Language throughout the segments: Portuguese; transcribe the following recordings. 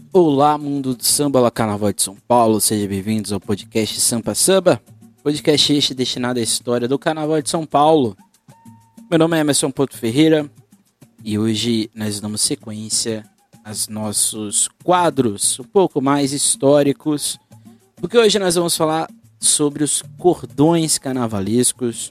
Olá, mundo do samba, olá, Carnaval de São Paulo, sejam bem-vindos ao podcast Sampa Samba, podcast este destinado à história do Carnaval de São Paulo. Meu nome é Emerson Porto Ferreira e hoje nós damos sequência aos nossos quadros um pouco mais históricos, porque hoje nós vamos falar sobre os cordões carnavalescos,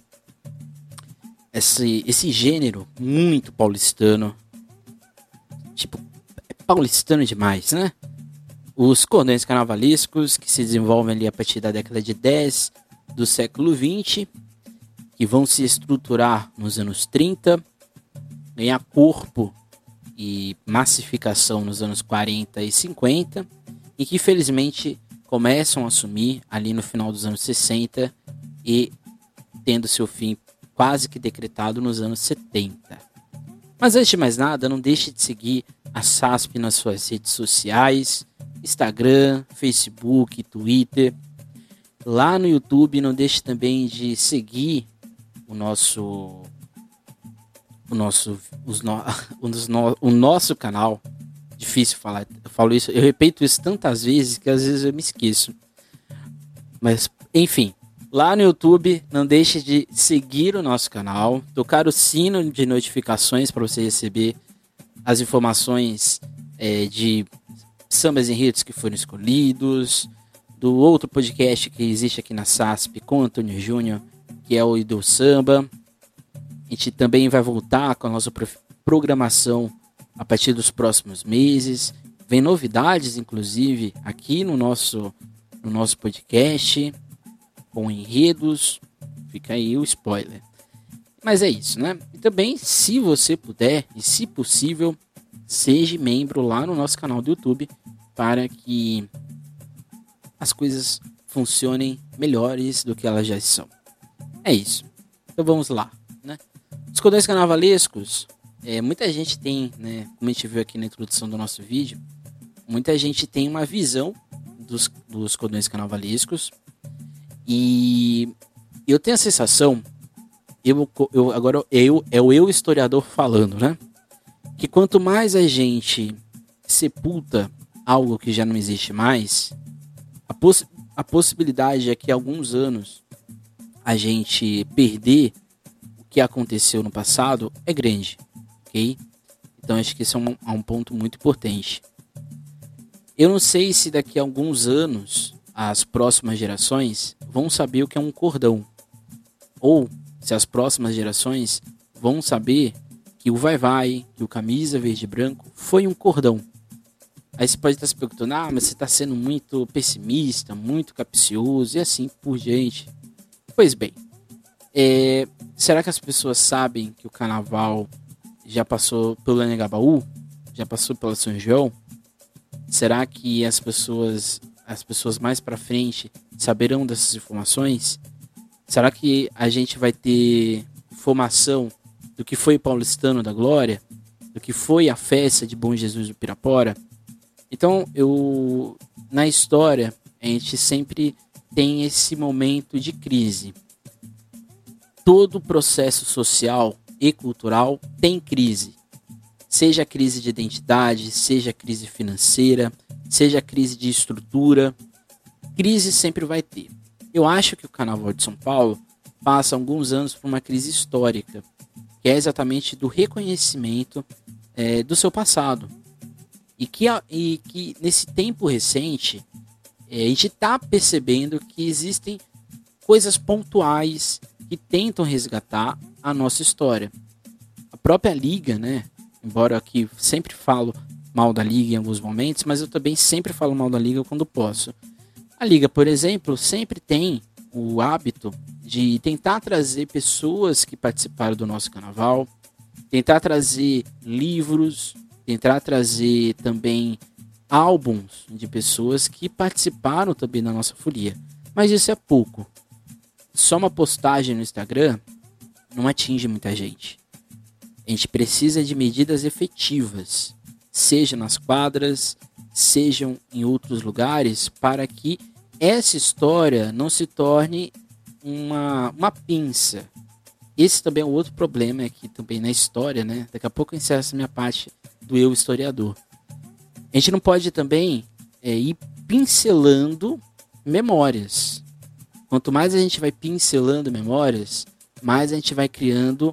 esse gênero muito paulistano, tipo, paulistano demais, né? Os cordões carnavalescos que se desenvolvem ali a partir da década de 10 do século 20, que vão se estruturar nos anos 30, ganhar corpo e massificação nos anos 40 e 50, e que felizmente começam a assumir ali no final dos anos 60 e tendo seu fim quase que decretado nos anos 70. Mas antes de mais nada, não deixe de seguir a SASP nas suas redes sociais, Instagram, Facebook, Twitter. Lá no YouTube, não deixe também de seguir o nosso canal. Difícil falar, eu falo isso, eu repito isso tantas vezes que às vezes eu me esqueço. Mas, enfim, lá no YouTube, não deixe de seguir o nosso canal, tocar o sino de notificações para você receber as informações de sambas enredos que foram escolhidos, do outro podcast que existe aqui na SASP com o Antônio Júnior, que é o Idol Samba. A gente também vai voltar com a nossa programação a partir dos próximos meses. Vem novidades, inclusive, aqui no nosso podcast, com enredos. Fica aí o spoiler. Mas é isso, né? E também, se você puder e se possível, seja membro lá no nosso canal do YouTube para que as coisas funcionem melhores do que elas já são. É isso. Então vamos lá, né? Os cordões carnavalescos, muita gente tem, né? Como a gente viu aqui na introdução do nosso vídeo, muita gente tem uma visão dos cordões carnavalescos e eu tenho a sensação, agora é o eu historiador falando, né? Que quanto mais a gente sepulta algo que já não existe mais, a possibilidade é que alguns anos a gente perder o que aconteceu no passado é grande, ok? Então acho que esse é um ponto muito importante. Eu não sei se daqui a alguns anos as próximas gerações vão saber o que é um cordão, ou se as próximas gerações vão saber que o vai-vai, que o camisa verde e branco foi um cordão. Aí você pode estar se perguntando, mas você está sendo muito pessimista, muito capcioso e assim por diante. Pois bem, será que as pessoas sabem que o carnaval já passou pelo Anhangabaú? Já passou pela São João? Será que as pessoas mais para frente saberão dessas informações? Será que a gente vai ter informação do que foi Paulistano da Glória? Do que foi a festa de Bom Jesus do Pirapora? Então, na história, a gente sempre tem esse momento de crise. Todo processo social e cultural tem crise. Seja crise de identidade, seja crise financeira, seja crise de estrutura, crise sempre vai ter. Eu acho que o Carnaval de São Paulo passa alguns anos por uma crise histórica, que é exatamente do reconhecimento do seu passado. E que nesse tempo recente, a gente está percebendo que existem coisas pontuais que tentam resgatar a nossa história. A própria Liga, né? Embora aqui sempre falo mal da Liga em alguns momentos, mas eu também sempre falo mal da Liga quando posso. A Liga, por exemplo, sempre tem o hábito de tentar trazer pessoas que participaram do nosso carnaval, tentar trazer livros, tentar trazer também álbuns de pessoas que participaram também da nossa folia. Mas isso é pouco. Só uma postagem no Instagram não atinge muita gente. A gente precisa de medidas efetivas, seja nas quadras, sejam em outros lugares, para que essa história não se torne uma pinça. Esse também é um outro problema aqui também na história, né? Daqui a pouco eu encerro essa minha parte do eu historiador. A gente não pode também ir pincelando memórias. Quanto mais a gente vai pincelando memórias, mais a gente vai criando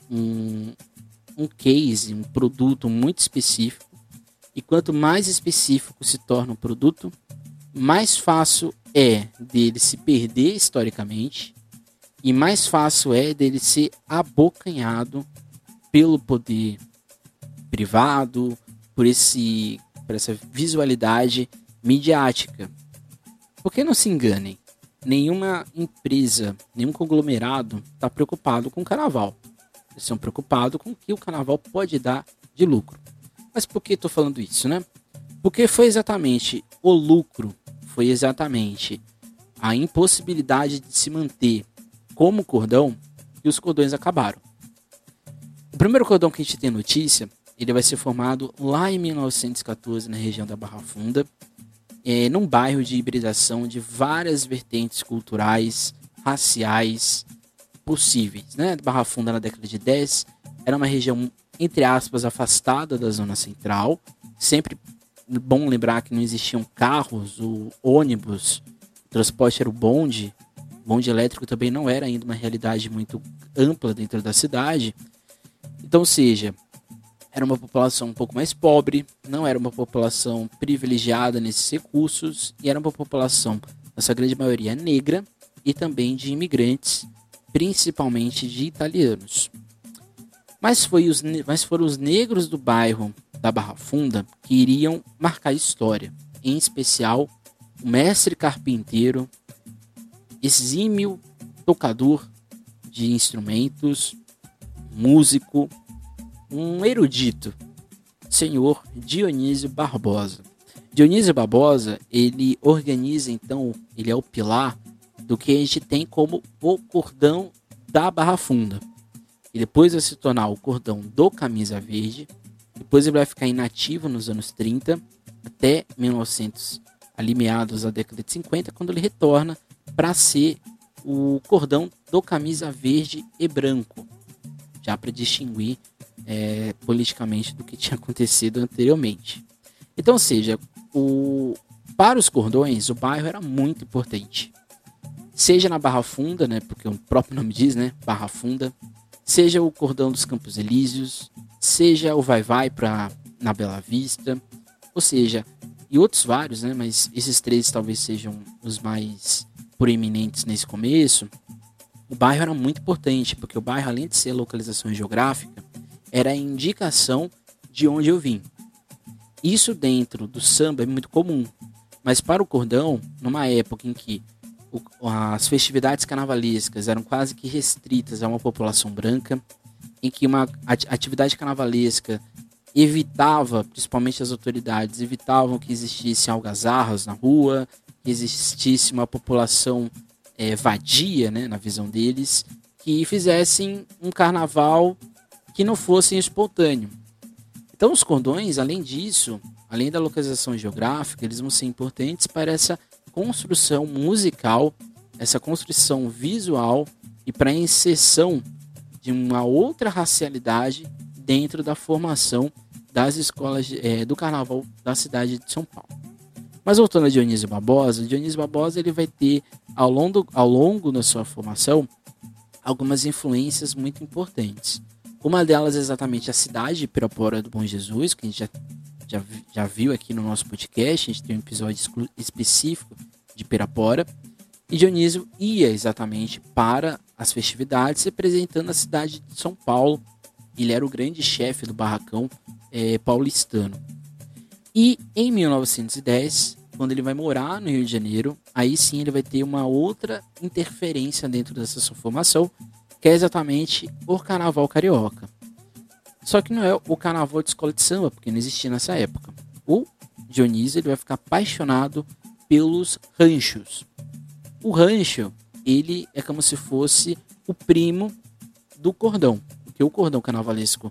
um case, um produto muito específico. E quanto mais específico se torna o produto, mais fácil é dele se perder historicamente e mais fácil é dele ser abocanhado pelo poder privado, por essa visualidade midiática. Porque não se enganem, nenhuma empresa, nenhum conglomerado está preocupado com o carnaval. Eles estão preocupados com o que o carnaval pode dar de lucro. Mas por que estou falando isso, né? Porque foi exatamente o lucro, foi exatamente a impossibilidade de se manter como cordão que os cordões acabaram. O primeiro cordão que a gente tem notícia, ele vai ser formado lá em 1914 na região da Barra Funda, num bairro de hibridação de várias vertentes culturais, raciais possíveis, né? Barra Funda na década de 10 era uma região, entre aspas, afastada da zona central. Sempre bom lembrar que não existiam carros ou ônibus, o transporte era o bonde. Bonde elétrico também não era ainda uma realidade muito ampla dentro da cidade. Então, ou seja, era uma população um pouco mais pobre, não era uma população privilegiada nesses recursos e era uma população, na sua grande maioria, negra e também de imigrantes, principalmente de italianos. Mas foram os negros do bairro da Barra Funda que iriam marcar história, em especial o mestre carpinteiro, exímio tocador de instrumentos, músico, um erudito, senhor Dionísio Barbosa. Dionísio Barbosa, ele organiza então, ele é o pilar do que a gente tem como o cordão da Barra Funda. E depois vai se tornar o cordão do Camisa Verde. Depois ele vai ficar inativo nos anos 30 até 1900, ali meados da década de 50, quando ele retorna para ser o cordão do Camisa Verde e Branco, já para distinguir politicamente do que tinha acontecido anteriormente. Então, ou seja, para os cordões, o bairro era muito importante. Seja na Barra Funda, né, porque o próprio nome diz, né, Barra Funda, seja o cordão dos Campos Elíseos, seja o Vai-Vai na Bela Vista, ou seja, e outros vários, né, mas esses três talvez sejam os mais proeminentes nesse começo. O bairro era muito importante, porque o bairro, além de ser localização geográfica, era a indicação de onde eu vim. Isso dentro do samba é muito comum, mas para o cordão, numa época em que as festividades carnavalescas eram quase que restritas a uma população branca, em que uma atividade carnavalesca evitava, principalmente as autoridades, evitavam que existissem algazarras na rua, que existisse uma população vadia, né, na visão deles, que fizessem um carnaval que não fosse espontâneo. Então os cordões, além disso, além da localização geográfica, eles vão ser importantes para essa construção musical, essa construção visual e para a inserção de uma outra racialidade dentro da formação das escolas do carnaval da cidade de São Paulo. Mas voltando a Dionísio Barbosa ele vai ter ao longo da sua formação algumas influências muito importantes. Uma delas é exatamente a cidade de Pirapora do Bom Jesus, que a gente já viu aqui no nosso podcast. A gente tem um episódio específico de Pirapora. E Dionísio ia exatamente para as festividades, representando a cidade de São Paulo. Ele era o grande chefe do barracão paulistano. E em 1910, quando ele vai morar no Rio de Janeiro, aí sim ele vai ter uma outra interferência dentro dessa sua formação, que é exatamente o carnaval carioca. Só que não é o carnaval de escola de samba, porque não existia nessa época. O Dionísio ele vai ficar apaixonado pelos ranchos. O rancho, ele é como se fosse o primo do cordão, porque o cordão carnavalesco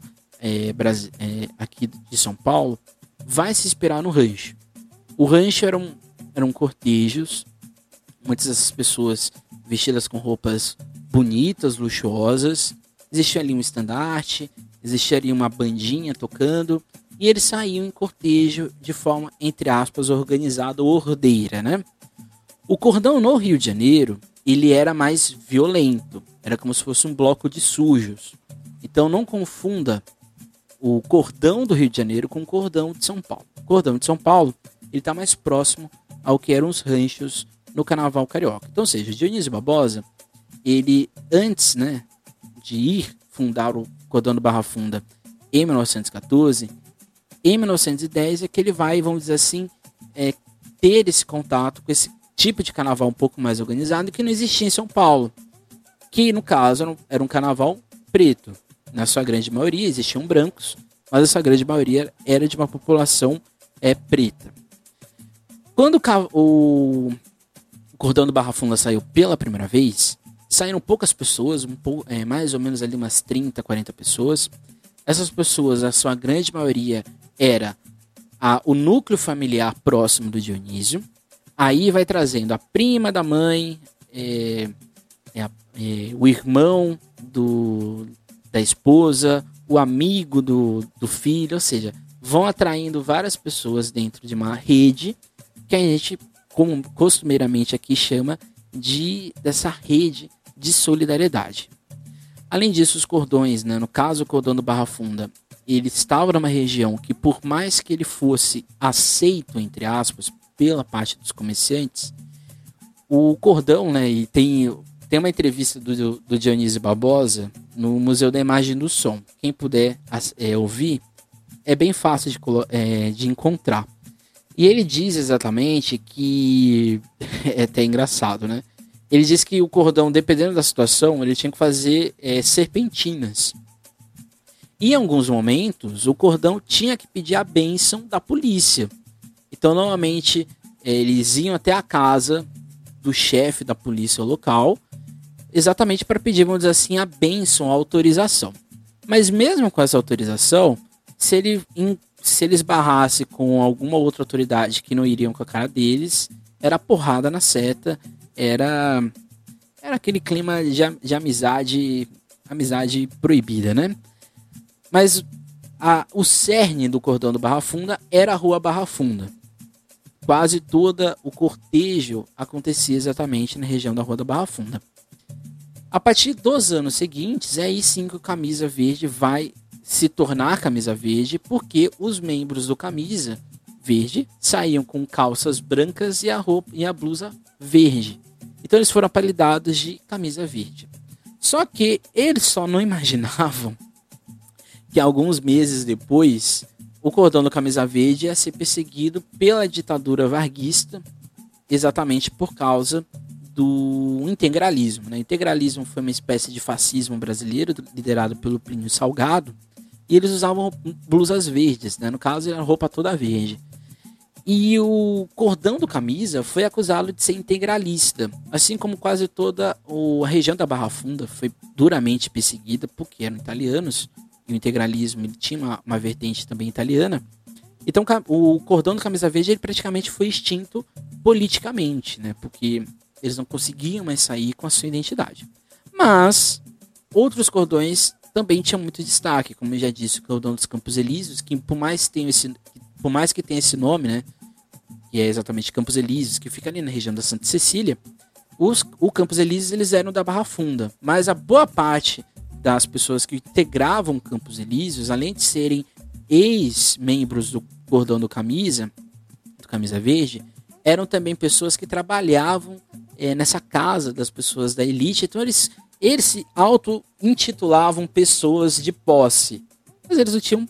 aqui de São Paulo vai se inspirar no rancho. O rancho eram cortejos, muitas dessas pessoas vestidas com roupas bonitas, luxuosas. Existia ali um estandarte, existia ali uma bandinha tocando, e eles saíam em cortejo de forma, entre aspas, organizada ou ordeira, né? O cordão no Rio de Janeiro, ele era mais violento, era como se fosse um bloco de sujos. Então não confunda o cordão do Rio de Janeiro com o cordão de São Paulo. O cordão de São Paulo, ele está mais próximo ao que eram os ranchos no Carnaval Carioca. Então, ou seja, Dionísio Barbosa, ele antes, né, de ir fundar o cordão do Barra Funda em 1914, em 1910 é que ele vai, vamos dizer assim, ter esse contato com esse tipo de carnaval um pouco mais organizado que não existia em São Paulo, que no caso era um carnaval preto. Na sua grande maioria existiam brancos, mas a sua grande maioria era de uma população preta. Quando o cordão do Barra Funda saiu pela primeira vez, saíram poucas pessoas, mais ou menos ali umas 30, 40 pessoas. Essas pessoas, a sua grande maioria, era o núcleo familiar próximo do Dionísio. Aí vai trazendo a prima da mãe, o irmão da esposa, o amigo do filho, ou seja, vão atraindo várias pessoas dentro de uma rede que a gente costumeiramente aqui chama dessa rede de solidariedade. Além disso, os cordões, né, no caso o cordão do Barra Funda, ele estava numa região que, por mais que ele fosse aceito, entre aspas, pela parte dos comerciantes, o cordão, né, e tem uma entrevista do Dionísio Barbosa no Museu da Imagem e do Som. Quem puder ouvir, é bem fácil de encontrar. E ele diz exatamente que... é até engraçado, né? Ele diz que o cordão, dependendo da situação, ele tinha que fazer serpentinas. E em alguns momentos, o cordão tinha que pedir a bênção da polícia. Então, normalmente, eles iam até a casa do chefe da polícia local, exatamente para pedir, vamos dizer assim, a bênção, a autorização. Mas mesmo com essa autorização, se ele esbarrasse com alguma outra autoridade que não iriam com a cara deles, era porrada na seta, era aquele clima de amizade proibida, né? Mas o cerne do cordão do Barra Funda era a Rua Barra Funda. Quase todo o cortejo acontecia exatamente na região da Rua da Barra Funda. A partir dos anos seguintes, é aí sim que o Camisa Verde vai se tornar Camisa Verde, porque os membros do Camisa Verde saíam com calças brancas e a blusa verde. Então eles foram apelidados de Camisa Verde. Só que eles só não imaginavam que alguns meses depois o cordão do Camisa Verde ia ser perseguido pela ditadura varguista, exatamente por causa do integralismo, né? O integralismo foi uma espécie de fascismo brasileiro liderado pelo Plínio Salgado, e eles usavam blusas verdes, né? No caso era roupa toda verde. E o cordão do Camisa foi acusado de ser integralista, assim como quase toda a região da Barra Funda foi duramente perseguida porque eram italianos, e o integralismo ele tinha uma vertente também italiana. Então o cordão do Camisa Verde ele praticamente foi extinto politicamente, né? Porque eles não conseguiam mais sair com a sua identidade. Mas outros cordões também tinham muito destaque, como eu já disse, o cordão dos Campos Elíseos, que por mais que tenha esse nome, né, que é exatamente Campos Elíseos, que fica ali na região da Santa Cecília, o Campos Elíseos eles eram da Barra Funda, mas a boa parte das pessoas que integravam Campos Elíseos, além de serem ex-membros do cordão do Camisa Verde, eram também pessoas que trabalhavam nessa casa das pessoas da elite. Então eles se auto-intitulavam pessoas de posse, mas eles não tinham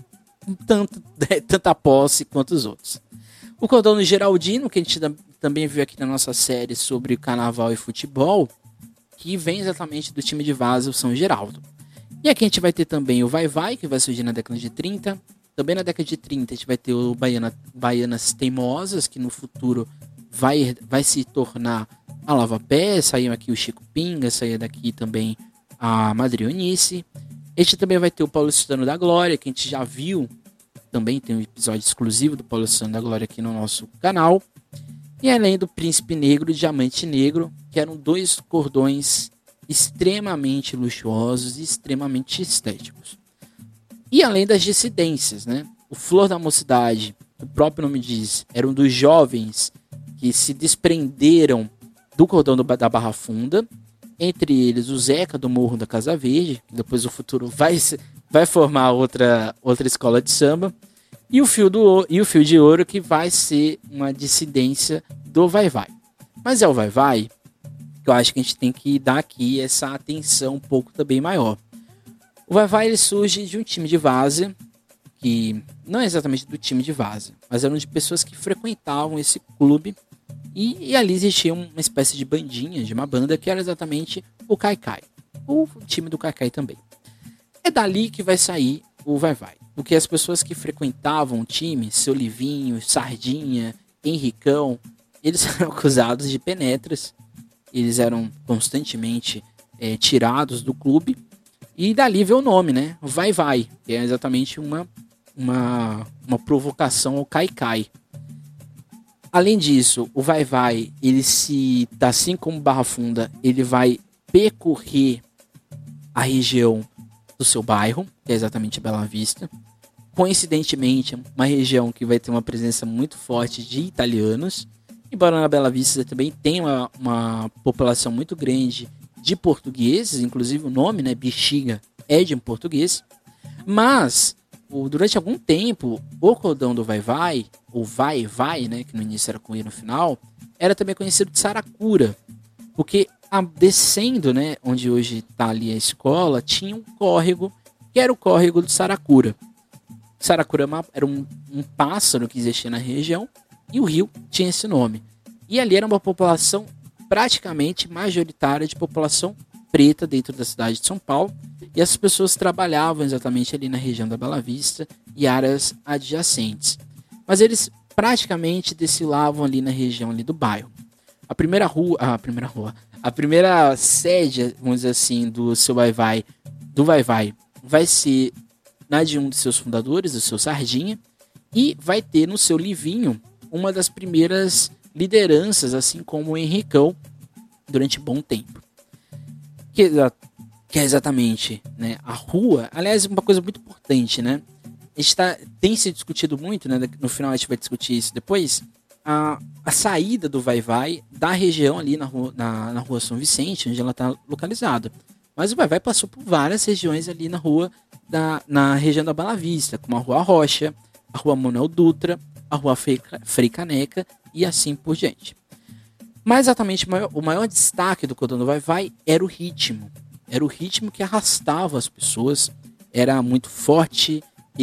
tanta posse quanto os outros. O cordão do Geraldino, que a gente também viu aqui na nossa série sobre carnaval e futebol, que vem exatamente do time de Vaza, o São Geraldo. E aqui a gente vai ter também o Vai-Vai, que vai surgir na década de 30. Também na década de 30 a gente vai ter o Baianas Teimosas, que no futuro vai se tornar a Lava Pé. Saiu aqui o Chico Pinga, saiu daqui também a Madrionice. A gente também vai ter o Paulistano da Glória, que a gente já viu. Também tem um episódio exclusivo do Paulistano da Glória aqui no nosso canal. E além do Príncipe Negro e Diamante Negro, que eram dois cordões extremamente luxuosos e extremamente estéticos. E além das dissidências, né? o Flor da Mocidade, o próprio nome diz, era um dos jovens que se desprenderam do cordão da Barra Funda, entre eles o Zeca do Morro da Casa Verde, que depois no futuro vai formar outra escola de samba, e o Fio de Ouro, que vai ser uma dissidência do Vai-Vai. Mas é o Vai-Vai que eu acho que a gente tem que dar aqui essa atenção um pouco também maior. O Vai-Vai ele surge de um time de várzea, que não é exatamente do time de várzea, mas eram de pessoas que frequentavam esse clube, e ali existia uma espécie de bandinha, de uma banda, que era exatamente o Caicai, o time do Caicai também. É dali que vai sair o Vai-Vai, porque as pessoas que frequentavam o time, Seu Livinho, Sardinha, Henricão, eles eram acusados de penetras, eles eram constantemente tirados do clube, e dali veio o nome, né? Vai-Vai, que é exatamente uma provocação ao Caicai. Além disso, o Vai-Vai, ele assim como Barra Funda, ele vai percorrer a região do seu bairro, que é exatamente Bela Vista. Coincidentemente, uma região que vai ter uma presença muito forte de italianos, embora na Bela Vista também tenha uma população muito grande de portugueses, inclusive o nome, né, Bexiga, é de um português. Mas, durante algum tempo, o cordão do Vai-Vai, ou Vai-Vai, né, que no início era com I no final, era também conhecido de Saracura, porque descendo, né, onde hoje está ali a escola, tinha um córrego, que era o córrego de Saracura. Saracura era um pássaro que existia na região, e o rio tinha esse nome. E ali era uma população praticamente majoritária de população preta dentro da cidade de São Paulo, e essas pessoas trabalhavam exatamente ali na região da Bela Vista e áreas adjacentes. Mas eles praticamente desfilavam ali na região ali do bairro. A primeira sede, vamos dizer assim, do Vai-Vai, vai ser na de um de seus fundadores, o seu Sardinha, e vai ter no seu Livinho uma das primeiras lideranças, assim como o Henricão, durante bom tempo. Que é exatamente, né, a rua. Aliás, uma coisa muito importante, né? Tem se discutido muito, né? No final a gente vai discutir isso depois. A saída do Vai-Vai da região ali na rua São Vicente, onde ela está localizada. Mas o Vai-Vai passou por várias regiões ali na rua, na região da Bela Vista, como a Rua Rocha, a Rua Manuel Dutra, a Rua Frei Caneca e assim por diante. Mas exatamente o maior destaque do cordão do Vai-Vai era o ritmo. Era o ritmo que arrastava as pessoas, era muito forte.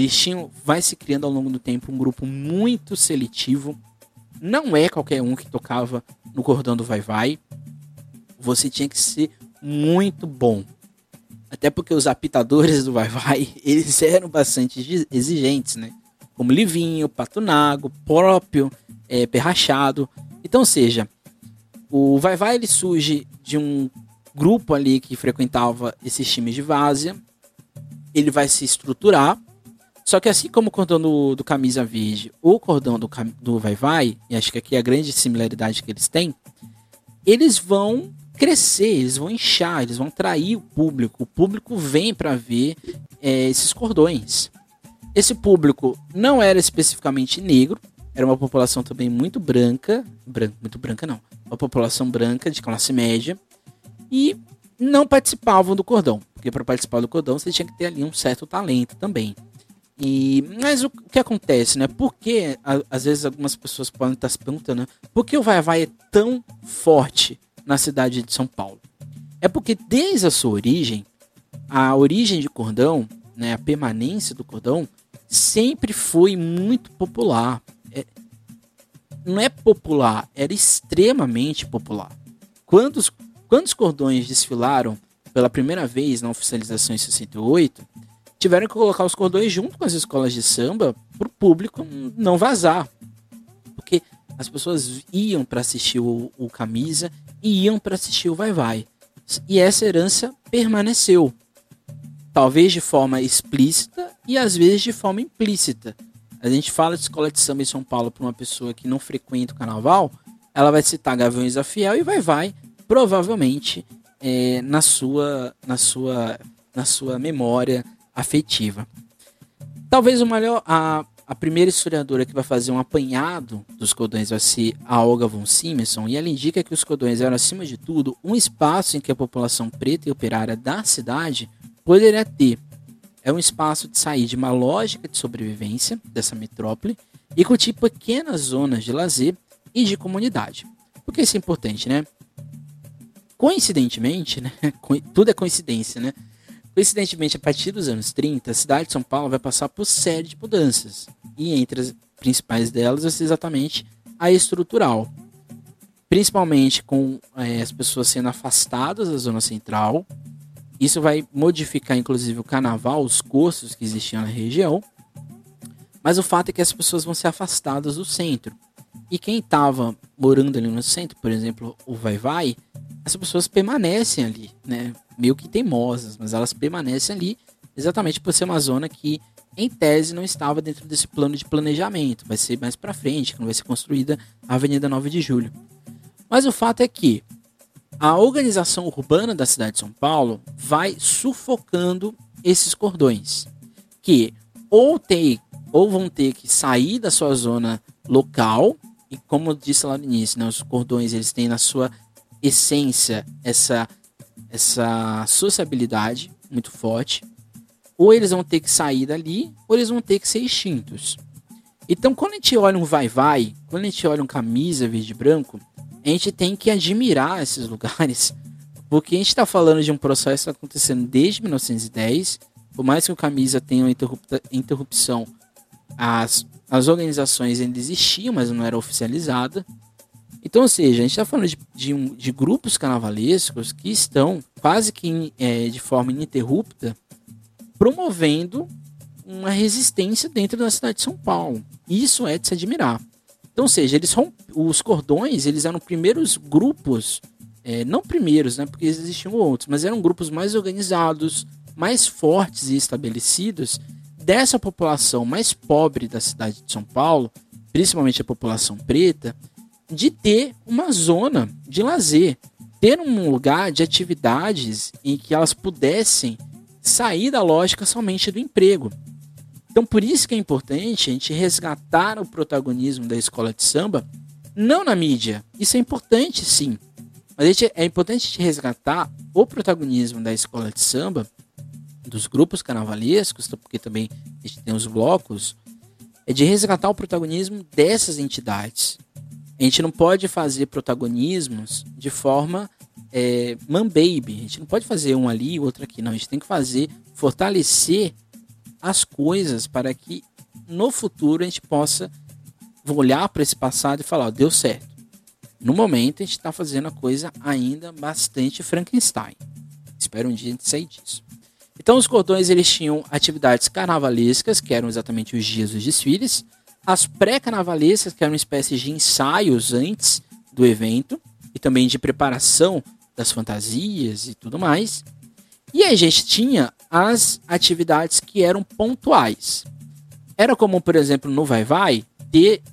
Vai se criando ao longo do tempo um grupo muito seletivo. Não é qualquer um que tocava no cordão do Vai-Vai. Você tinha que ser muito bom. Até porque os apitadores do Vai-Vai, eles eram bastante exigentes, né? Como Livinho, Patunago, próprio Perrachado. Então, ou seja, o Vai-Vai ele surge de um grupo ali que frequentava esses times de várzea. Ele vai se estruturar. Só que assim como o cordão do Camisa Verde, o cordão do Vai-Vai, e acho que aqui é a grande similaridade que eles têm, eles vão crescer, eles vão inchar, eles vão atrair o público. O público vem para ver esses cordões. Esse público não era especificamente negro, era uma população também muito branca, muito branca não, uma população branca de classe média, e não participavam do cordão, porque para participar do cordão você tinha que ter ali um certo talento também. Mas o que acontece, né? Por que, às vezes, algumas pessoas podem estar se perguntando, né? Por que o Vai-Vai é tão forte na cidade de São Paulo? É porque desde a sua origem, a origem de cordão, né, a permanência do cordão, sempre foi muito popular. Não é popular, era extremamente popular. Quantos cordões desfilaram pela primeira vez na oficialização em 68, tiveram que colocar os cordões junto com as escolas de samba para o público não vazar. Porque as pessoas iam para assistir o Camisa e iam para assistir o Vai-Vai. E essa herança permaneceu. Talvez de forma explícita e às vezes de forma implícita. A gente fala de escola de samba em São Paulo para uma pessoa que não frequenta o carnaval, ela vai citar Gaviões da Fiel e Vai-Vai, provavelmente na sua memória afetiva. Talvez a a primeira historiadora que vai fazer um apanhado dos cordões vai ser a Olga von Simonson, e ela indica que os cordões eram, acima de tudo, um espaço em que a população preta e operária da cidade poderia ter. É um espaço de sair de uma lógica de sobrevivência dessa metrópole e curtir pequenas zonas de lazer e de comunidade. Por que isso é importante, né? Coincidentemente, né? Tudo é coincidência, né? Coincidentemente, a partir dos anos 30, a cidade de São Paulo vai passar por série de mudanças. E entre as principais delas vai ser exatamente a estrutural. Principalmente com as pessoas sendo afastadas da zona central. Isso vai modificar, inclusive, o carnaval, os cursos que existiam na região. Mas o fato é que as pessoas vão ser afastadas do centro. E quem estava morando ali no centro, por exemplo, o Vai-Vai, as pessoas permanecem ali, né? Meio que teimosas, mas elas permanecem ali exatamente por ser uma zona que, em tese, não estava dentro desse plano de planejamento. Vai ser mais para frente, quando vai ser construída a Avenida 9 de Julho. Mas o fato é que a organização urbana da cidade de São Paulo vai sufocando esses cordões, que ou vão ter que sair da sua zona local, e como eu disse lá no início, né, os cordões eles têm na sua essência essa sociabilidade muito forte, ou eles vão ter que sair dali, ou eles vão ter que ser extintos. Então, quando a gente olha um Vai-Vai, quando a gente olha um Camisa verde e branco, a gente tem que admirar esses lugares, porque a gente está falando de um processo que está acontecendo desde 1910, por mais que o Camisa tenha uma interrupção, as organizações ainda existiam, mas não era oficializada. Então, ou seja, a gente está falando de grupos carnavalescos que estão quase que de forma ininterrupta promovendo uma resistência dentro da cidade de São Paulo. Isso é de se admirar. Então, ou seja, os cordões eles eram primeiros grupos, não primeiros, né, porque existiam outros, mas eram grupos mais organizados, mais fortes e estabelecidos dessa população mais pobre da cidade de São Paulo, principalmente a população preta, de ter uma zona de lazer, ter um lugar de atividades em que elas pudessem sair da lógica somente do emprego. Então, por isso que é importante a gente resgatar o protagonismo da escola de samba, não na mídia. Isso é importante, sim. Mas é importante a gente resgatar o protagonismo da escola de samba, dos grupos carnavalescos, porque também a gente tem os blocos, é de resgatar o protagonismo dessas entidades. A gente não pode fazer protagonismos de forma man-baby. A gente não pode fazer um ali e outro aqui. Não, a gente tem que fortalecer as coisas para que no futuro a gente possa olhar para esse passado e falar, ó, deu certo. No momento a gente está fazendo a coisa ainda bastante Frankenstein. Espero um dia a gente sair disso. Então os cordões eles tinham atividades carnavalescas, que eram exatamente os dias dos desfiles, as pré-carnavalescas, que eram espécies de ensaios antes do evento, e também de preparação das fantasias e tudo mais. E a gente tinha as atividades que eram pontuais. Era comum, por exemplo, no Vai-Vai, ter...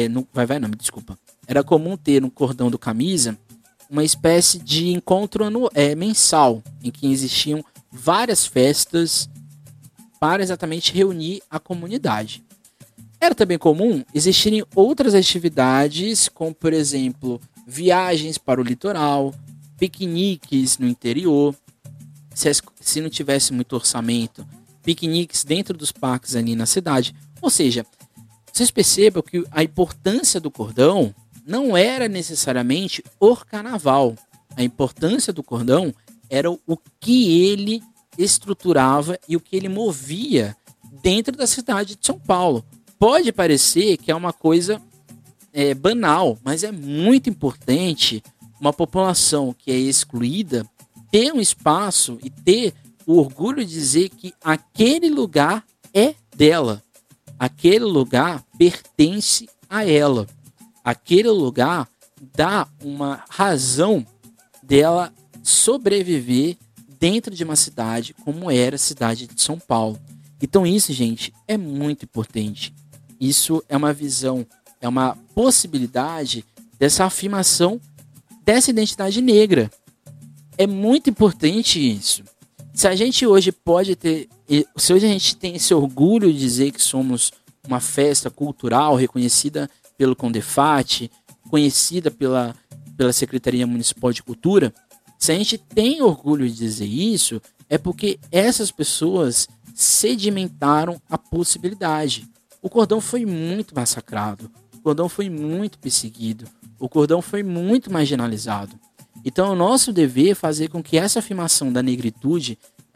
Era comum ter no cordão do Camisa uma espécie de encontro mensal, em que existiam várias festas para exatamente reunir a comunidade. Era também comum existirem outras atividades, como, por exemplo, viagens para o litoral, piqueniques no interior, se não tivesse muito orçamento, piqueniques dentro dos parques ali na cidade. Ou seja, vocês percebam que a importância do cordão não era necessariamente o carnaval. A importância do cordão era o que ele estruturava e o que ele movia dentro da cidade de São Paulo. Pode parecer que é uma coisa banal, mas é muito importante uma população que é excluída ter um espaço e ter o orgulho de dizer que aquele lugar é dela. Aquele lugar pertence a ela. Aquele lugar dá uma razão dela sobreviver dentro de uma cidade como era a cidade de São Paulo. Então isso, gente, é muito importante. Isso é uma visão, é uma possibilidade dessa afirmação dessa identidade negra. É muito importante isso. Se a gente hoje pode ter, se hoje a gente tem esse orgulho de dizer que somos uma festa cultural reconhecida pelo CONDEFAT, conhecida pela Secretaria Municipal de Cultura, se a gente tem orgulho de dizer isso, é porque essas pessoas sedimentaram a possibilidade. O cordão foi muito massacrado, o cordão foi muito perseguido, o cordão foi muito marginalizado. Então é o nosso dever fazer com que essa afirmação da negritude,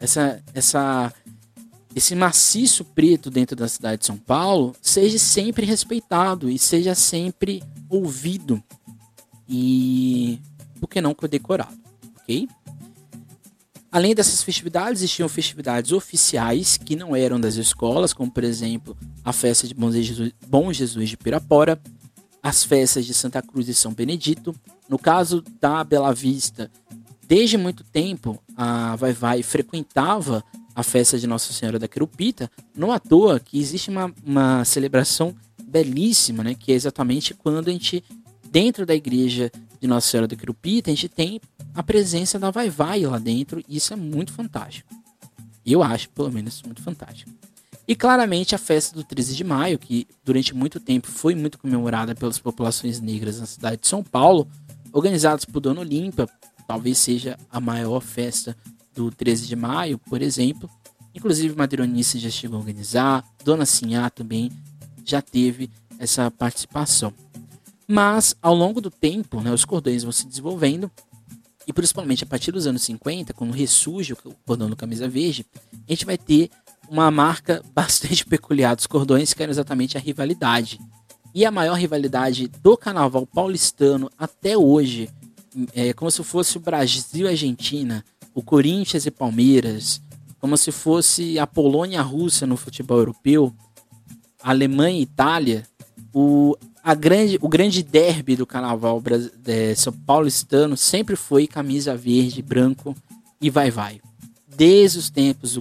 esse maciço preto dentro da cidade de São Paulo, seja sempre respeitado e seja sempre ouvido e, por que não, condecorado, ok? Além dessas festividades, existiam festividades oficiais que não eram das escolas, como, por exemplo, a festa de Bom Jesus de Pirapora, as festas de Santa Cruz e São Benedito. No caso da Bela Vista, desde muito tempo, a Vai-Vai frequentava a festa de Nossa Senhora da Querupita, não à toa que existe uma celebração belíssima, né, que é exatamente quando a gente, dentro da igreja de Nossa Senhora da Querupita, a gente tem a presença da Vai-Vai lá dentro, e isso é muito fantástico. Eu acho, pelo menos, muito fantástico. E claramente a festa do 13 de maio, que durante muito tempo foi muito comemorada pelas populações negras na cidade de São Paulo, organizados por Dona Olímpia, talvez seja a maior festa do 13 de maio, por exemplo. Inclusive Madeironice já chegou a organizar, Dona Sinhá também já teve essa participação. Mas, ao longo do tempo, né, os cordões vão se desenvolvendo, e principalmente a partir dos anos 50, quando ressurge o cordão do camisa verde, a gente vai ter uma marca bastante peculiar dos cordões, que era exatamente a rivalidade. E a maior rivalidade do carnaval paulistano até hoje, é como se fosse o Brasil e Argentina, o Corinthians e Palmeiras, como se fosse a Polônia e a Rússia no futebol europeu, a Alemanha e Itália, o grande derby do carnaval São Paulistano sempre foi camisa verde, branco e vai. Desde os tempos de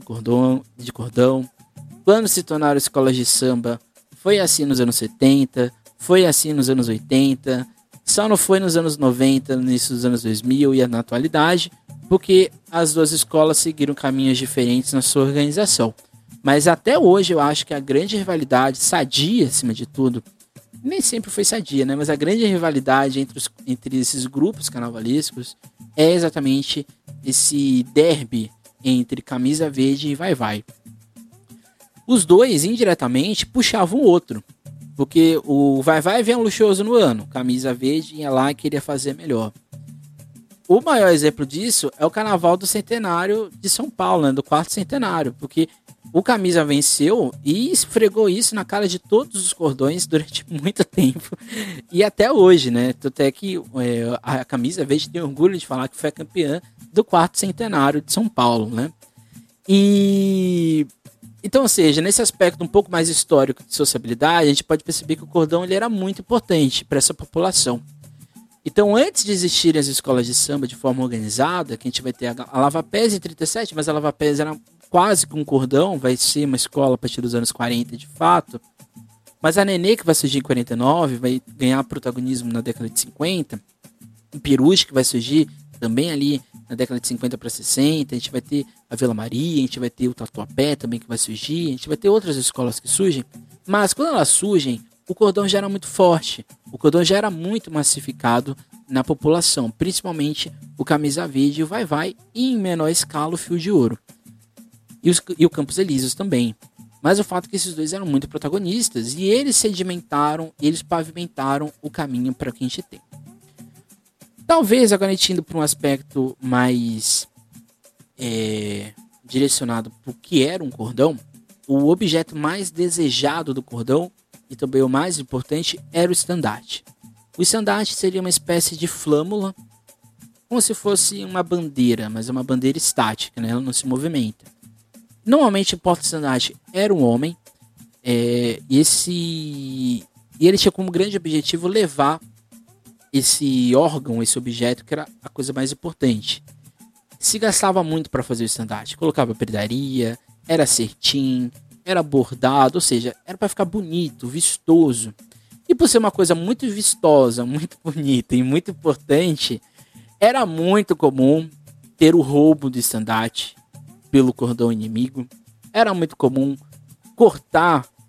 cordão, quando se tornaram escolas de samba, foi assim nos anos 70, foi assim nos anos 80, só não foi nos anos 90, no início dos anos 2000 e na atualidade, porque as duas escolas seguiram caminhos diferentes na sua organização. Mas até hoje eu acho que a grande rivalidade, sadia acima de tudo, nem sempre foi sadia, né? Mas a grande rivalidade entre esses grupos carnavalescos é exatamente esse derby entre camisa verde e vai. Os dois, indiretamente, puxavam o outro. Porque o vai vinha luxuoso no ano, camisa verde ia lá e queria fazer melhor. O maior exemplo disso é o Carnaval do Centenário de São Paulo, né? Do quarto centenário, porque o camisa venceu e esfregou isso na cara de todos os cordões durante muito tempo. E até hoje, né? Até que a camisa verde tem orgulho de falar que foi a campeã do quarto centenário de São Paulo, né? E então, ou seja, nesse aspecto um pouco mais histórico de sociabilidade, a gente pode perceber que o cordão ele era muito importante para essa população. Então, antes de existirem as escolas de samba de forma organizada, que a gente vai ter a Lava Pés em 37, mas a Lava Pés era quase com um cordão, vai ser uma escola a partir dos anos 40 de fato. Mas a Nenê, que vai surgir em 49, vai ganhar protagonismo na década de 50. O Peruche, que vai surgir também ali na década de 50 para 60. A gente vai ter a Vila Maria, a gente vai ter o Tatuapé também que vai surgir. A gente vai ter outras escolas que surgem. Mas quando elas surgem, o cordão já era muito forte. O cordão já era muito massificado na população. Principalmente o camisa verde e o vai e em menor escala o fio de ouro. E o Campos Elíseos também. Mas o fato é que esses dois eram muito protagonistas e eles sedimentaram, eles pavimentaram o caminho para o que a gente tem. Talvez agora a gente indo para um aspecto mais direcionado para o que era um cordão, o objeto mais desejado do cordão e também o mais importante era o estandarte. O estandarte seria uma espécie de flâmula, como se fosse uma bandeira, mas é uma bandeira estática, né? Ela não se movimenta. Normalmente o porta-estandarte era um homem, e ele tinha como grande objetivo levar esse órgão, esse objeto, que era a coisa mais importante. Se gastava muito para fazer o estandarte, colocava pedraria, era cetim, era bordado, ou seja, era para ficar bonito, vistoso. E por ser uma coisa muito vistosa, muito bonita e muito importante, era muito comum ter o roubo do estandarte pelo cordão inimigo. Era muito comum cortar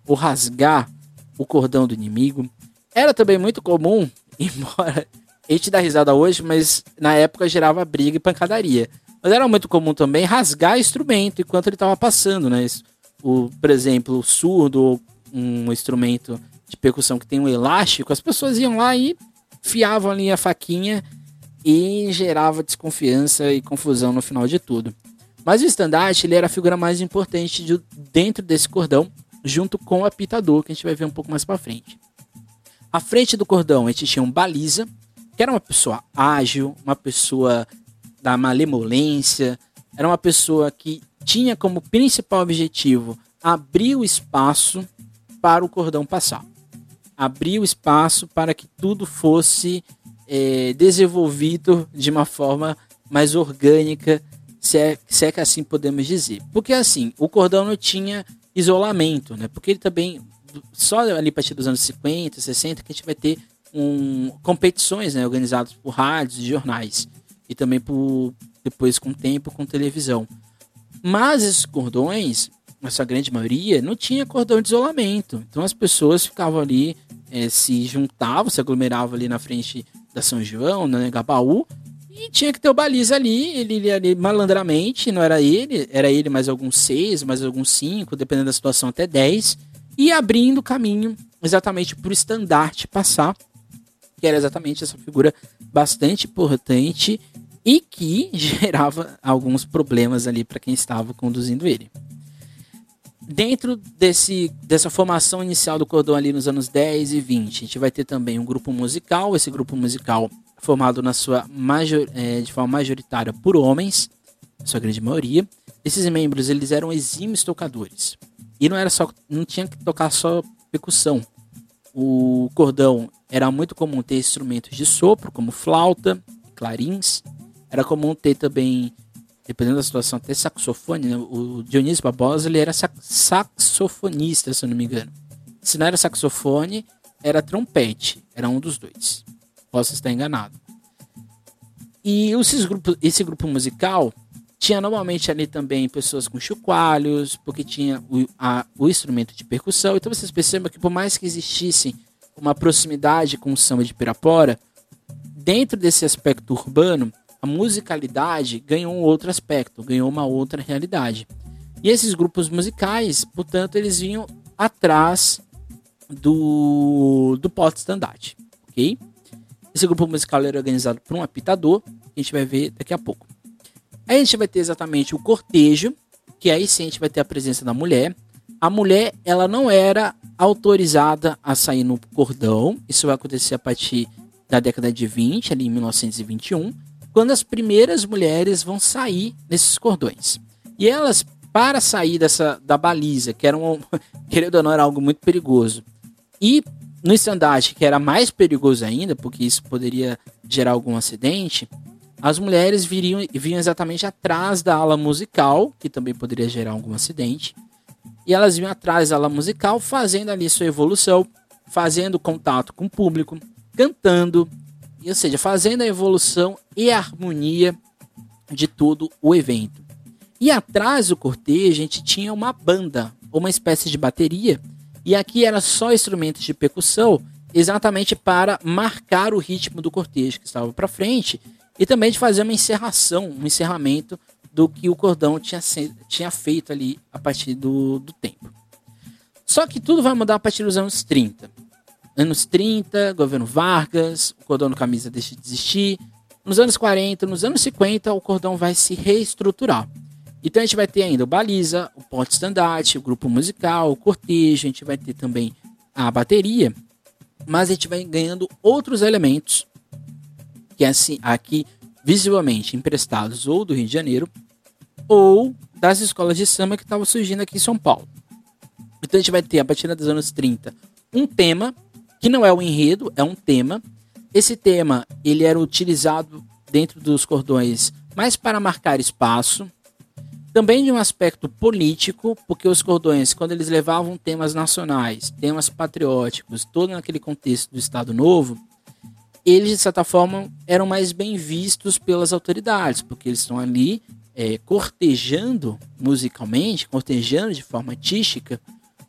ou rasgar o cordão do inimigo. Era também muito comum, embora a gente dá risada hoje, mas na época gerava briga e pancadaria. Mas era muito comum também rasgar instrumento enquanto ele estava passando, né? Por exemplo, o surdo ou um instrumento de percussão que tem um elástico, as pessoas iam lá e fiavam ali a faquinha e gerava desconfiança e confusão no final de tudo. Mas o estandarte, ele era a figura mais importante dentro desse cordão, junto com o apitador, que a gente vai ver um pouco mais para frente. À frente do cordão, a gente tinha um baliza, que era uma pessoa ágil, uma pessoa da malemolência, era uma pessoa que tinha como principal objetivo abrir o espaço para o cordão passar. Abrir o espaço para que tudo fosse desenvolvido de uma forma mais orgânica, se é que assim podemos dizer. Porque assim, o cordão não tinha isolamento, né? Porque ele também, só ali a partir dos anos 50, 60, que a gente vai ter competições, né, organizadas por rádios e jornais. E também depois, com o tempo, com televisão. Mas esses cordões, na sua grande maioria, não tinha cordão de isolamento. Então as pessoas ficavam ali, se juntavam, se aglomeravam ali na frente da São João, na Engabaú, e tinha que ter o baliza ali, ele ia ali malandramente, não era ele, era ele mais alguns 6, mais alguns 5, dependendo da situação até 10, e abrindo o caminho exatamente para o estandarte passar, que era exatamente essa figura bastante importante e que gerava alguns problemas ali para quem estava conduzindo ele. Dentro dessa formação inicial do cordão ali nos anos 10 e 20, a gente vai ter também um grupo musical, esse grupo musical formado de forma majoritária por homens, sua grande maioria. Esses membros, eles eram exímios tocadores. E não tinha que tocar só percussão. O cordão era muito comum ter instrumentos de sopro, como flauta, clarins. Era comum ter também, dependendo da situação, até saxofone, né? O Dionísio Barbosa, ele era saxofonista, se eu não me engano. Se não era saxofone, era trompete. Era um dos dois. Posso estar enganado. E esse grupo musical tinha normalmente ali também pessoas com chocalhos, porque tinha o instrumento de percussão. Então vocês percebam que por mais que existisse uma proximidade com o samba de Pirapora, dentro desse aspecto urbano, a musicalidade ganhou um outro aspecto, ganhou uma outra realidade. E esses grupos musicais, portanto, eles vinham atrás do porta-estandarte, ok? Esse grupo musical era organizado por um apitador, que a gente vai ver daqui a pouco. Aí a gente vai ter exatamente o cortejo, que aí sim a gente vai ter a presença da mulher. A mulher, ela não era autorizada a sair no cordão. Isso vai acontecer a partir da década de 20, ali em 1921, quando as primeiras mulheres vão sair nesses cordões. E elas, para sair da baliza, que era querendo ou não, era algo muito perigoso, e no estandarte, que era mais perigoso ainda, porque isso poderia gerar algum acidente, as mulheres vinham exatamente atrás da ala musical, que também poderia gerar algum acidente, e elas vinham atrás da ala musical, fazendo ali sua evolução, fazendo contato com o público, cantando, ou seja, fazendo a evolução e a harmonia de todo o evento. E atrás do cortejo, a gente tinha uma banda, uma espécie de bateria, e aqui era só instrumentos de percussão, exatamente para marcar o ritmo do cortejo que estava para frente, e também de fazer um encerramento do que o cordão tinha feito ali a partir do tempo. Só que tudo vai mudar a partir dos anos 30. Anos 30, governo Vargas, o cordão no camisa deixa de existir. Nos anos 40, nos anos 50, o cordão vai se reestruturar. Então a gente vai ter ainda o baliza, o porta-estandarte, o grupo musical, o cortejo, a gente vai ter também a bateria, mas a gente vai ganhando outros elementos que assim, aqui visivelmente emprestados ou do Rio de Janeiro ou das escolas de samba que estavam surgindo aqui em São Paulo. Então a gente vai ter, a partir dos anos 30, um tema, que não é o enredo, é um tema. Esse tema, ele era utilizado dentro dos cordões mais para marcar espaço, também de um aspecto político, porque os cordões, quando eles levavam temas nacionais, temas patrióticos, todo naquele contexto do Estado Novo, eles, de certa forma, eram mais bem vistos pelas autoridades, porque eles estão ali cortejando musicalmente, cortejando de forma artística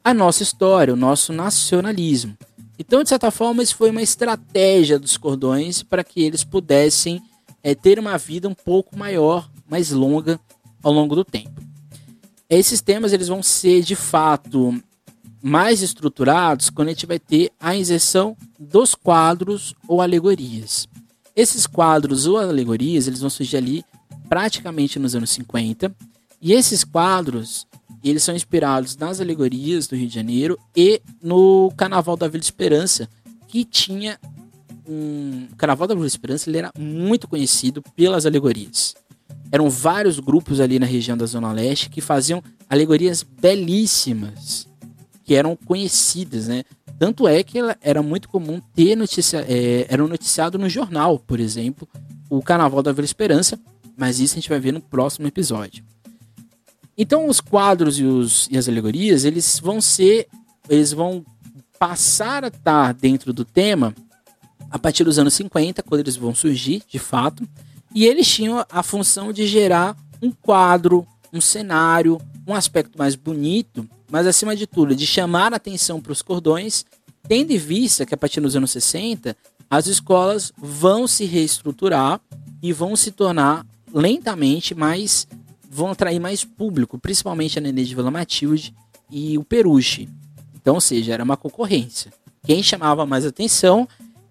a nossa história, o nosso nacionalismo. Então, de certa forma, isso foi uma estratégia dos cordões para que eles pudessem ter uma vida um pouco maior, mais longa ao longo do tempo. Esses temas eles vão ser, de fato, mais estruturados quando a gente vai ter a inserção dos quadros ou alegorias. Esses quadros ou alegorias eles vão surgir ali praticamente nos anos 50, e esses quadros eles são inspirados nas alegorias do Rio de Janeiro e no Carnaval da Vila Esperança, que tinha o Carnaval da Vila Esperança ele era muito conhecido pelas alegorias. Eram vários grupos ali na região da Zona Leste que faziam alegorias belíssimas, que eram conhecidas, né? Tanto é que era muito comum ter era um noticiado no jornal, por exemplo, o Carnaval da Vila Esperança, mas isso a gente vai ver no próximo episódio. Então os quadros e as alegorias, eles vão passar a estar dentro do tema a partir dos anos 50, quando eles vão surgir, de fato, e eles tinham a função de gerar um quadro, um cenário, um aspecto mais bonito, mas acima de tudo, de chamar a atenção para os cordões, tendo em vista que a partir dos anos 60, as escolas vão se reestruturar e vão se tornar lentamente vão atrair mais público, principalmente a Nenê de Vila Matilde e o Peruche. Então, ou seja, era uma concorrência. Quem chamava mais atenção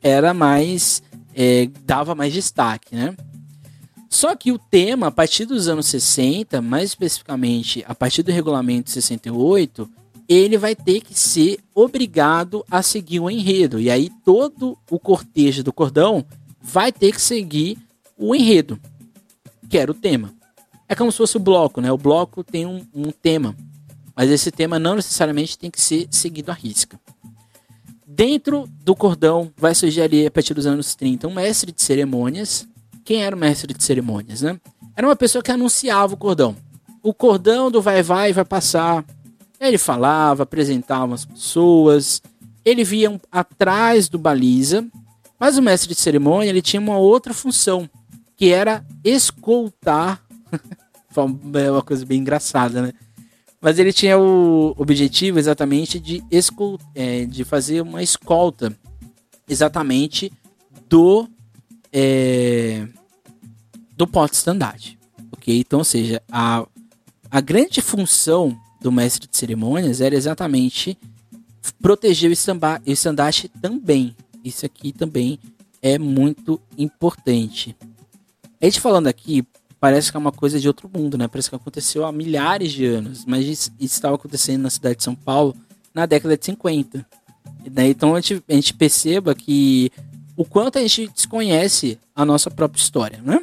dava mais destaque, né? Só que o tema, a partir dos anos 60, mais especificamente a partir do regulamento 68, ele vai ter que ser obrigado a seguir o enredo. E aí todo o cortejo do cordão vai ter que seguir o enredo, que era o tema. É como se fosse o bloco, né? O bloco tem um tema, mas esse tema não necessariamente tem que ser seguido à risca. Dentro do cordão vai surgir ali, a partir dos anos 30, um mestre de cerimônias. Quem era o mestre de cerimônias, né? Era uma pessoa que anunciava o cordão. O cordão do vai passar. Ele falava, apresentava as pessoas. Ele via atrás do baliza. Mas o mestre de cerimônia, ele tinha uma outra função, que era escoltar. É uma coisa bem engraçada, né? Mas ele tinha o objetivo exatamente de fazer uma escolta exatamente do porta-estandarte, ok? Então, ou seja, a grande função do mestre de cerimônias era exatamente proteger o estandarte também. Isso aqui também é muito importante. A gente falando aqui, parece que é uma coisa de outro mundo, né? Parece que aconteceu há milhares de anos, mas isso estava acontecendo na cidade de São Paulo na década de 50. E daí, então a gente perceba que o quanto a gente desconhece a nossa própria história, né?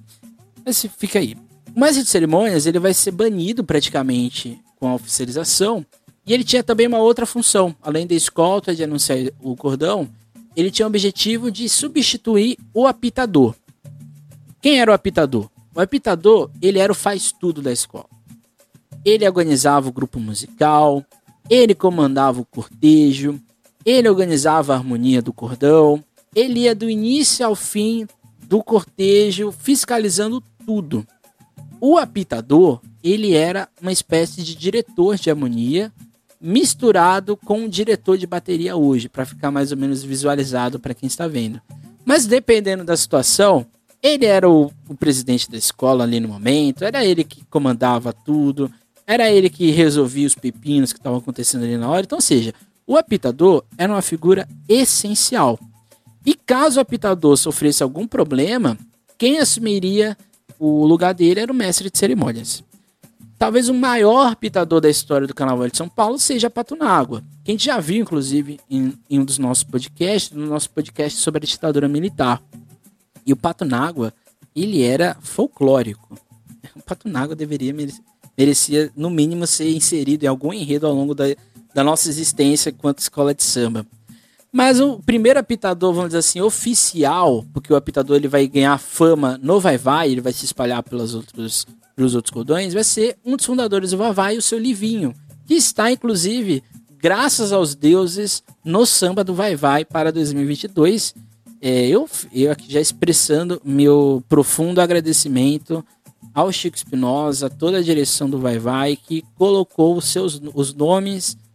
Mas fica aí. O mestre de cerimônias ele vai ser banido praticamente com a oficialização, e ele tinha também uma outra função. Além da escolta, de anunciar o cordão, ele tinha o objetivo de substituir o apitador. Quem era o apitador? O apitador, ele era o faz-tudo da escola. Ele organizava o grupo musical, ele comandava o cortejo, ele organizava a harmonia do cordão, ele ia do início ao fim do cortejo, fiscalizando tudo. O apitador, ele era uma espécie de diretor de harmonia, misturado com o diretor de bateria hoje, para ficar mais ou menos visualizado para quem está vendo. Mas dependendo da situação, ele era o presidente da escola ali no momento, era ele que comandava tudo, era ele que resolvia os pepinos que estavam acontecendo ali na hora. Então, ou seja, o apitador era uma figura essencial. E caso o apitador sofresse algum problema, quem assumiria o lugar dele era o mestre de cerimônias. Talvez o maior apitador da história do Carnaval de São Paulo seja Patunágua, que a gente já viu, inclusive, em um dos nossos podcasts, no nosso podcast sobre a ditadura militar. E o Patunágua, ele era folclórico. O Patunágua merecia, no mínimo, ser inserido em algum enredo ao longo da nossa existência enquanto escola de samba. Mas o primeiro apitador, vamos dizer assim, oficial, porque o apitador ele vai ganhar fama no Vai-Vai, ele vai se espalhar pelos outros cordões, vai ser um dos fundadores do Vai-Vai, o seu Livinho, que está, inclusive, graças aos deuses, no samba do Vai-Vai para 2022. Eu aqui já expressando meu profundo agradecimento ao Chico Espinosa, a toda a direção do Vai-Vai, que colocou os nomes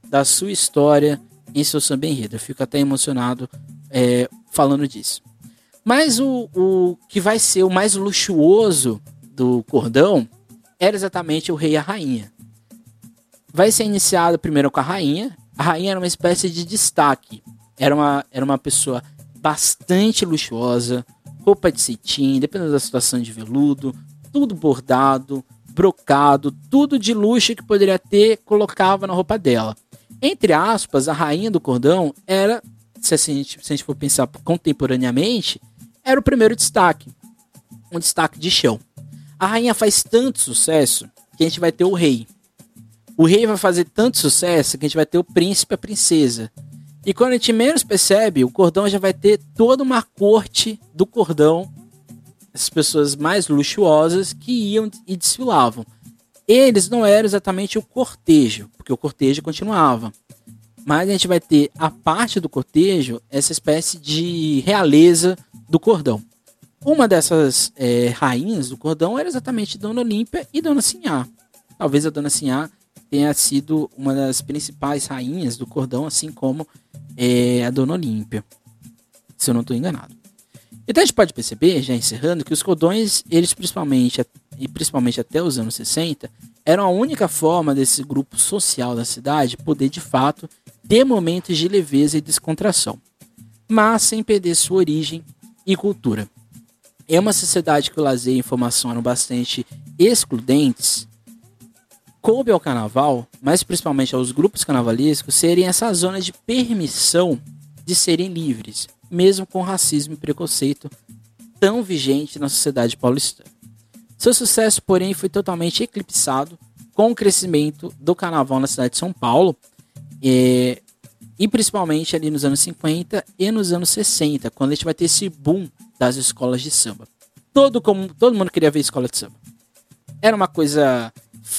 da sua história em seu samba enredo. Eu fico até emocionado falando disso. Mas o que vai ser o mais luxuoso do cordão era exatamente o rei e a rainha. Vai ser iniciado primeiro com a rainha. A rainha era uma espécie de destaque. Era uma pessoa bastante luxuosa, roupa de cetim, dependendo da situação, de veludo, tudo bordado, brocado, tudo de luxo que poderia ter, colocava na roupa dela. Entre aspas, a rainha do cordão era, se a gente for pensar contemporaneamente, era o primeiro destaque. Um destaque de chão. A rainha faz tanto sucesso que a gente vai ter o rei. O rei vai fazer tanto sucesso que a gente vai ter o príncipe e a princesa. E quando a gente menos percebe, o cordão já vai ter toda uma corte do cordão. Essas pessoas mais luxuosas que iam e desfilavam. Eles não eram exatamente o cortejo, porque o cortejo continuava. Mas a gente vai ter a parte do cortejo, essa espécie de realeza do cordão. Uma dessas rainhas do cordão era exatamente Dona Olímpia e Dona Sinhá. Talvez a Dona Sinhá tenha sido uma das principais rainhas do cordão, assim como a Dona Olímpia, se eu não estou enganado. Então a gente pode perceber, já encerrando, que os cordões, eles principalmente até os anos 60, eram a única forma desse grupo social da cidade poder, de fato, ter momentos de leveza e descontração, mas sem perder sua origem e cultura. É uma sociedade que o lazer e a informação eram bastante excludentes. Coube ao carnaval, mas principalmente aos grupos carnavalescos, serem essa zona de permissão de serem livres, mesmo com racismo e preconceito tão vigente na sociedade paulistana. Seu sucesso, porém, foi totalmente eclipsado com o crescimento do carnaval na cidade de São Paulo, e principalmente ali nos anos 50 e nos anos 60, quando a gente vai ter esse boom das escolas de samba. Todo mundo queria ver escola de samba. Era uma coisa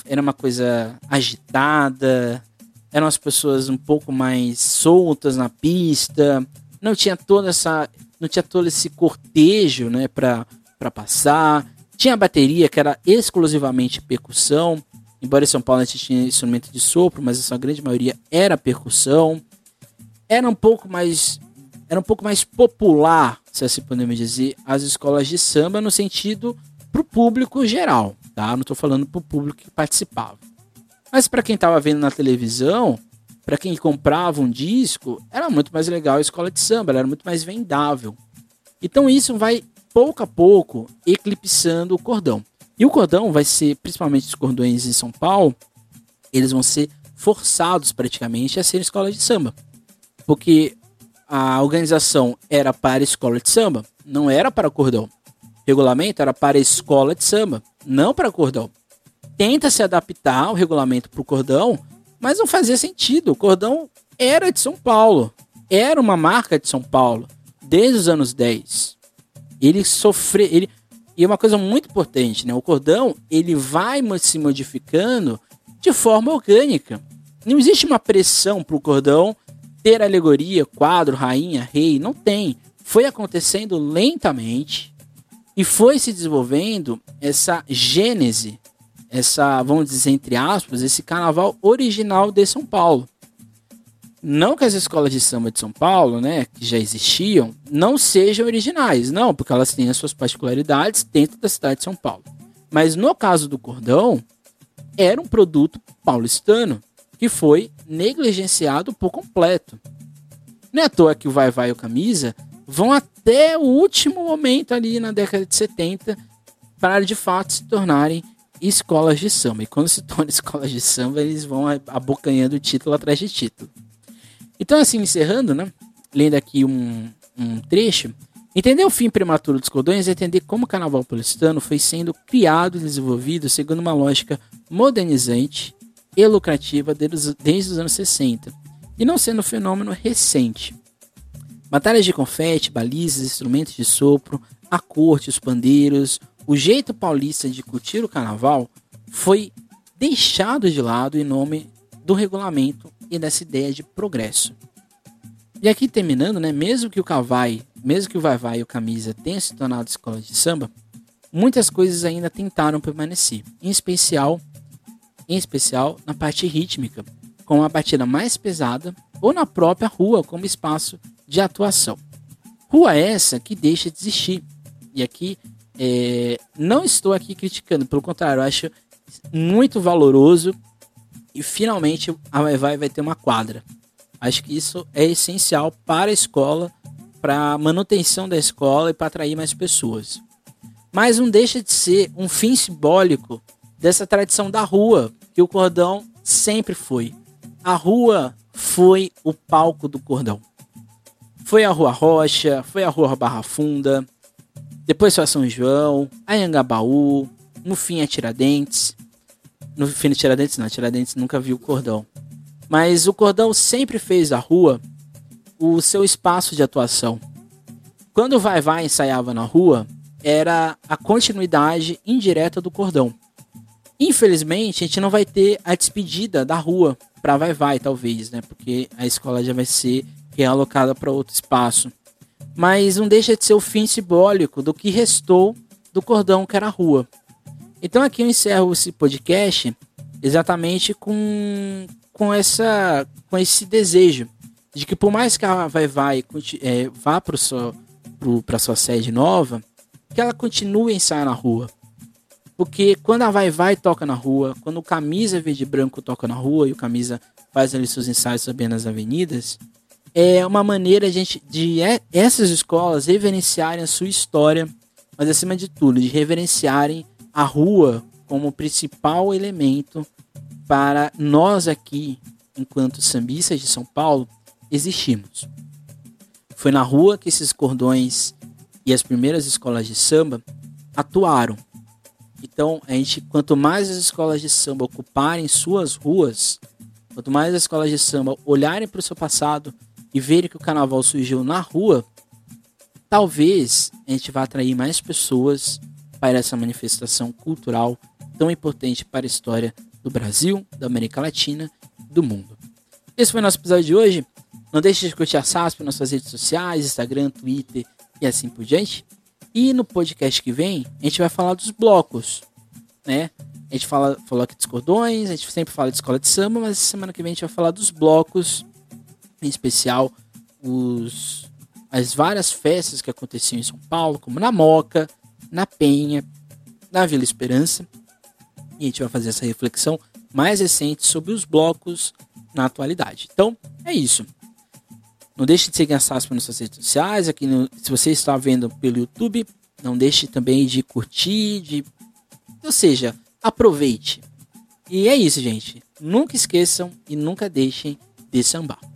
agitada, eram as pessoas um pouco mais soltas na pista, não tinha todo esse cortejo, né, para passar. Tinha a bateria, que era exclusivamente percussão, embora em São Paulo a gente tinha instrumento de sopro, mas a sua grande maioria era percussão. Era um pouco mais popular, se assim podemos dizer, as escolas de samba no sentido pro público geral, tá? Não estou falando pro público que participava. Mas para quem estava vendo na televisão, para quem comprava um disco, era muito mais legal a escola de samba, ela era muito mais vendável. Então isso vai, pouco a pouco, eclipsando o cordão. E o cordão vai ser, principalmente os cordões em São Paulo, eles vão ser forçados praticamente a ser escola de samba. Porque a organização era para a escola de samba, não era para cordão. O regulamento era para a escola de samba, não para cordão. Tenta se adaptar o regulamento para o cordão, mas não fazia sentido. O cordão era de São Paulo, era uma marca de São Paulo, desde os anos 10. E uma coisa muito importante, né? O cordão, ele vai se modificando de forma orgânica. Não existe uma pressão para o cordão ter alegoria, quadro, rainha, rei, não tem. Foi acontecendo lentamente e foi se desenvolvendo essa gênese, vamos dizer, entre aspas, esse carnaval original de São Paulo. Não que as escolas de samba de São Paulo, né, que já existiam, não sejam originais, não, porque elas têm as suas particularidades dentro da cidade de São Paulo. Mas no caso do cordão, era um produto paulistano que foi negligenciado por completo. Não é à toa que o Vai Vai e o Camisa vão até o último momento ali na década de 70 para de fato se tornarem escolas de samba. E quando se tornam escolas de samba, eles vão abocanhando título atrás de título. Então, assim, encerrando, né, lendo aqui um trecho, entender o fim prematuro dos cordões é entender como o carnaval paulistano foi sendo criado e desenvolvido segundo uma lógica modernizante e lucrativa desde os anos 60, e não sendo um fenômeno recente. Batalhas de confete, balizas, instrumentos de sopro, a corte, os pandeiros, o jeito paulista de curtir o carnaval foi deixado de lado em nome do regulamento e dessa ideia de progresso. E aqui terminando, né, mesmo que o Vai Vai e o Camisa tenham se tornado escola de samba, muitas coisas ainda tentaram permanecer, em especial na parte rítmica, com uma batida mais pesada ou na própria rua como espaço de atuação. Rua essa que deixa de existir. E aqui, não estou aqui criticando, pelo contrário, eu acho muito valoroso e finalmente a vai ter uma quadra. Acho que isso é essencial para a escola, para a manutenção da escola e para atrair mais pessoas. Mas não deixa de ser um fim simbólico dessa tradição da rua, que o cordão sempre foi. A rua foi o palco do cordão. Foi a Rua Rocha, foi a Rua Barra Funda, depois foi a São João, a Anhangabaú, no fim a Tiradentes. No fim de Tiradentes não, Tiradentes nunca viu o cordão. Mas o cordão sempre fez da rua o seu espaço de atuação. Quando o Vai-Vai ensaiava na rua, era a continuidade indireta do cordão. Infelizmente, a gente não vai ter a despedida da rua para Vai-Vai, talvez, né? Porque a escola já vai ser realocada para outro espaço. Mas não deixa de ser o fim simbólico do que restou do cordão que era a rua. Então aqui eu encerro esse podcast exatamente com esse desejo de que, por mais que a Vai-Vai vá para sua sede nova, que ela continue a ensaiar na rua. Porque quando a Vai-Vai toca na rua, quando o Camisa Verde e Branco toca na rua e o Camisa faz ali seus ensaios também nas avenidas, é uma maneira de essas escolas reverenciarem a sua história, mas acima de tudo, de reverenciarem a rua como principal elemento para nós aqui, enquanto sambistas de São Paulo, existimos. Foi na rua que esses cordões e as primeiras escolas de samba atuaram. Então, quanto mais as escolas de samba ocuparem suas ruas, quanto mais as escolas de samba olharem para o seu passado e verem que o carnaval surgiu na rua, talvez a gente vá atrair mais pessoas para essa manifestação cultural tão importante para a história do Brasil, da América Latina e do mundo. Esse foi o nosso episódio de hoje. Não deixe de curtir a SASP nas suas redes sociais, Instagram, Twitter e assim por diante. E no podcast que vem, a gente vai falar dos blocos, né? A gente falou aqui dos cordões, a gente sempre fala de escola de samba, mas semana que vem a gente vai falar dos blocos, em especial as várias festas que aconteciam em São Paulo, como na Moca, na Penha, na Vila Esperança. E a gente vai fazer essa reflexão mais recente sobre os blocos na atualidade. Então, é isso. Não deixe de seguir a SASP nas suas redes sociais. Se você está vendo pelo YouTube, não deixe também de curtir, ou seja, aproveite. E é isso, gente. Nunca esqueçam e nunca deixem de sambar.